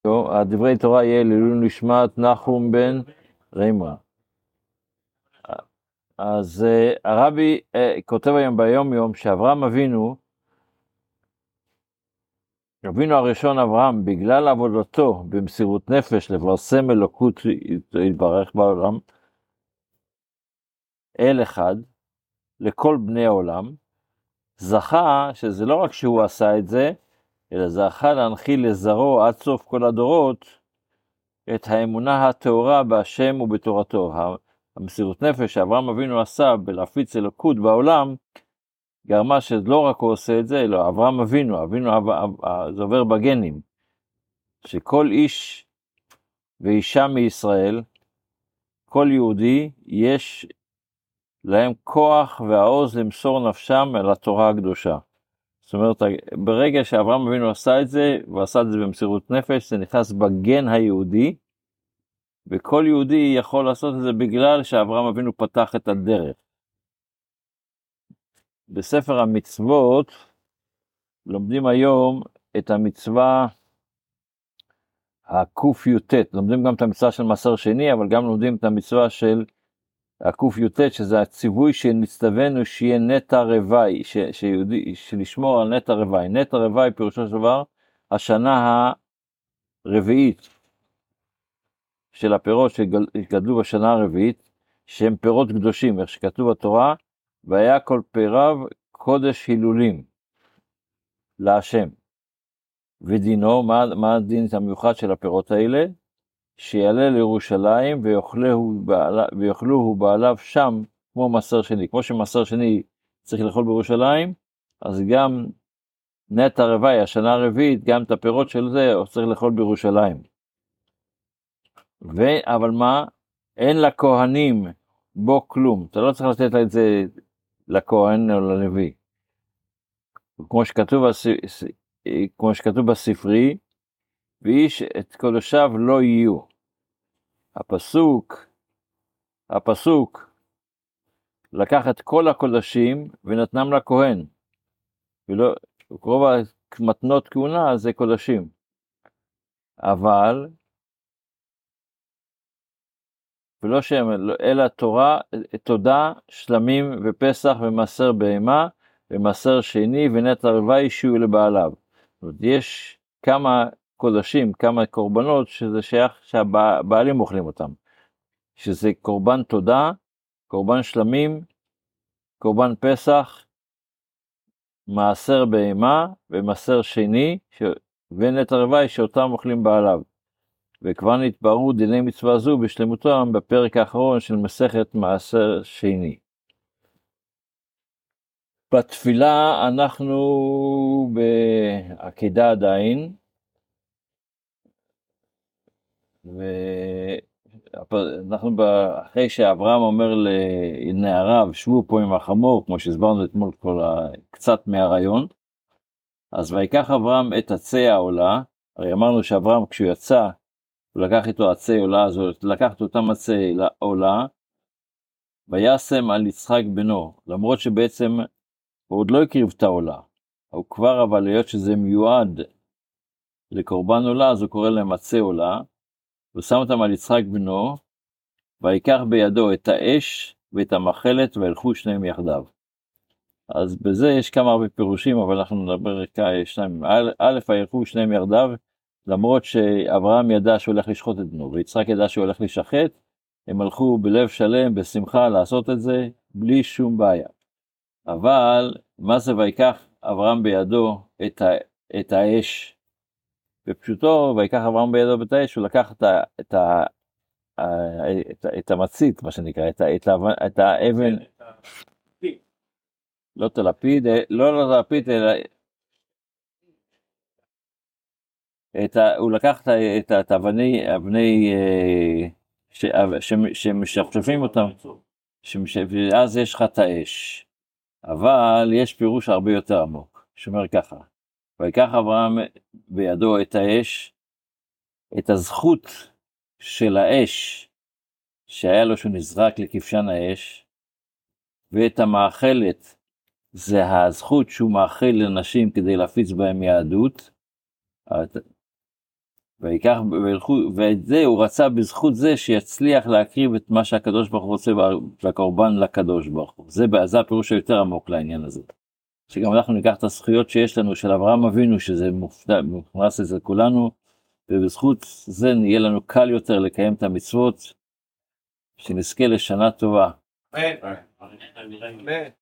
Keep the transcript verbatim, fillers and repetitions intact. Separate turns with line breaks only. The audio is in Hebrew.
הדברי תורה יהיה לעילוי נשמת נחום בן רימרה. אז uh, הרבי uh, כותב היום ביום יום שאברהם אבינו, אבינו הראשון אברהם, בגלל עבודתו במסירות נפש לפרסם אלוקות יתברך בעולם, אל אחד, לכל בני העולם, זכה שזה לא רק שהוא עשה את זה, אלא זכה להנחיל לזרעו עד סוף כל הדורות את האמונה הטהורה בהשם ובתורתו. המסירות נפש שאברהם אבינו עשה בלהפיץ אלוקות בעולם, גרמה שלא רק הוא עושה את זה, אלא אברהם אבינו, אבינו זה עובר בגנים, שכל איש ואישה מישראל, כל יהודי, יש להם כוח והעוז למסור נפשם אל התורה הקדושה. זאת אומרת, ברגע שאברהם אבינו עשה את זה, ועשה את זה במסירות נפש, זה נכנס בגן היהודי, וכל יהודי יכול לעשות את זה בגלל שאברהם אבינו פתח את הדרך. בספר המצוות לומדים היום את המצווה הק"י"ט, לומדים גם את המצווה של מסר שני, אבל גם לומדים את המצווה של הק"י"ט, שזה הציווי שנצטווינו שיהיה נטע רווי, ש, שיהודי, שלשמור על נטע רווי. נטע רווי פירושו של דבר השנה הרביעית של הפירות שגדלו בשנה הרביעית, שהם פירות קדושים, איך שכתוב בתורה, והיה כל פיריו קודש הילולים להשם. ודינו, מה, מה הדין המיוחד של הפירות האלה? שיעלה לירושלים ויאכלוהו בעלה, ויאכלוהו בעליו שם כמו מסר שני. כמו שמסר שני צריך לאכול בירושלים, אז גם נטע רווי, השנה הרביעית, גם את הפירות של זה צריך לאכול בירושלים. ו, אבל מה? אין לכהנים בו כלום. אתה לא צריך לתת את זה לכהן או ללוי. כמו שכתוב, כמו שכתוב בספרי, ואיש את קודשיו לא יהיו. הפסוק, הפסוק, לקח את כל הקודשים ונתנם לכהן. ולא, רוב המתנות כהונה זה קודשים. אבל, ולא שם, אלא תורה, תודה, שלמים ופסח ומסר בהמה, ומסר שני ונטע רווי שיהיו לבעליו. זאת אומרת, יש כמה קודשים, כמה קורבנות שזה שייך שהבעלים אוכלים אותם. שזה קורבן תודה, קורבן שלמים, קורבן פסח, מעשר בהמה ומסר שני, ש... ונטע רווי שאותם אוכלים בעליו. וכבר נתבררו דיני מצווה זו בשלמותם בפרק האחרון של מסכת מעשר שני. בתפילה אנחנו בעקידה עדיין, ואנחנו אחרי שאברהם אומר לנעריו שבו פה עם החמור, כמו שהסברנו אתמול כל ה... קצת מהרעיון, אז ויקח אברהם את עצי העולה, הרי אמרנו שאברהם כשהוא יצא, הוא לקח איתו עצי עולה, אז הוא לקח את אותם עצי עולה, וישם על יצחק בנו, למרות שבעצם הוא עוד לא הקריב את העולה, הוא כבר אבל להיות שזה מיועד לקורבן עולה, אז הוא קורא להם עצי עולה, הוא שם אותם על יצחק בנו, ויקח בידו את האש ואת המחלת, וילכו שניהם יחדיו. אז בזה יש כמה הרבה פירושים, אבל אנחנו נדבר שניים. א', וילכו שניהם יחדיו, למרות שאברהם ידע שהוא הולך לשחוט את בנו, ויצחק ידע שהוא הולך לשחט, הם הלכו בלב שלם, בשמחה לעשות את זה, בלי שום בעיה. אבל מה זה ויקח אברהם בידו את, ה, את האש? בפשוטו, ויקח אברהם בידו את האש, הוא לקח את, ה, את, ה, את, ה, את המצית, מה שנקרא, את, ה, את, ה, את האבן, לא את הלפיד, לא לא את הלפיד, אלא את ה, הוא לקח את, את האבני, אבני, ש, ש, שמשפשפים אותם, ואז יש לך את האש. אבל יש פירוש הרבה יותר עמוק, שאומר ככה, ויקח אברהם בידו את האש, את הזכות של האש, שהיה לו שהוא נזרק לכבשן האש, ואת המאכלת, זה הזכות שהוא מאכל לנשים כדי להפיץ בהם יהדות, ויקח, ואת זה הוא רצה בזכות זה שיצליח להקריב את מה שהקדוש ברוך הוא רוצה בקורבן לקדוש ברוך הוא. זה, זה הפירוש היותר עמוק לעניין הזה. שגם אנחנו ניקח את הזכויות שיש לנו של אברהם אבינו, שזה מוכנס אצל כולנו, ובזכות זה נהיה לנו קל יותר לקיים את המצוות, שנזכה לשנה טובה.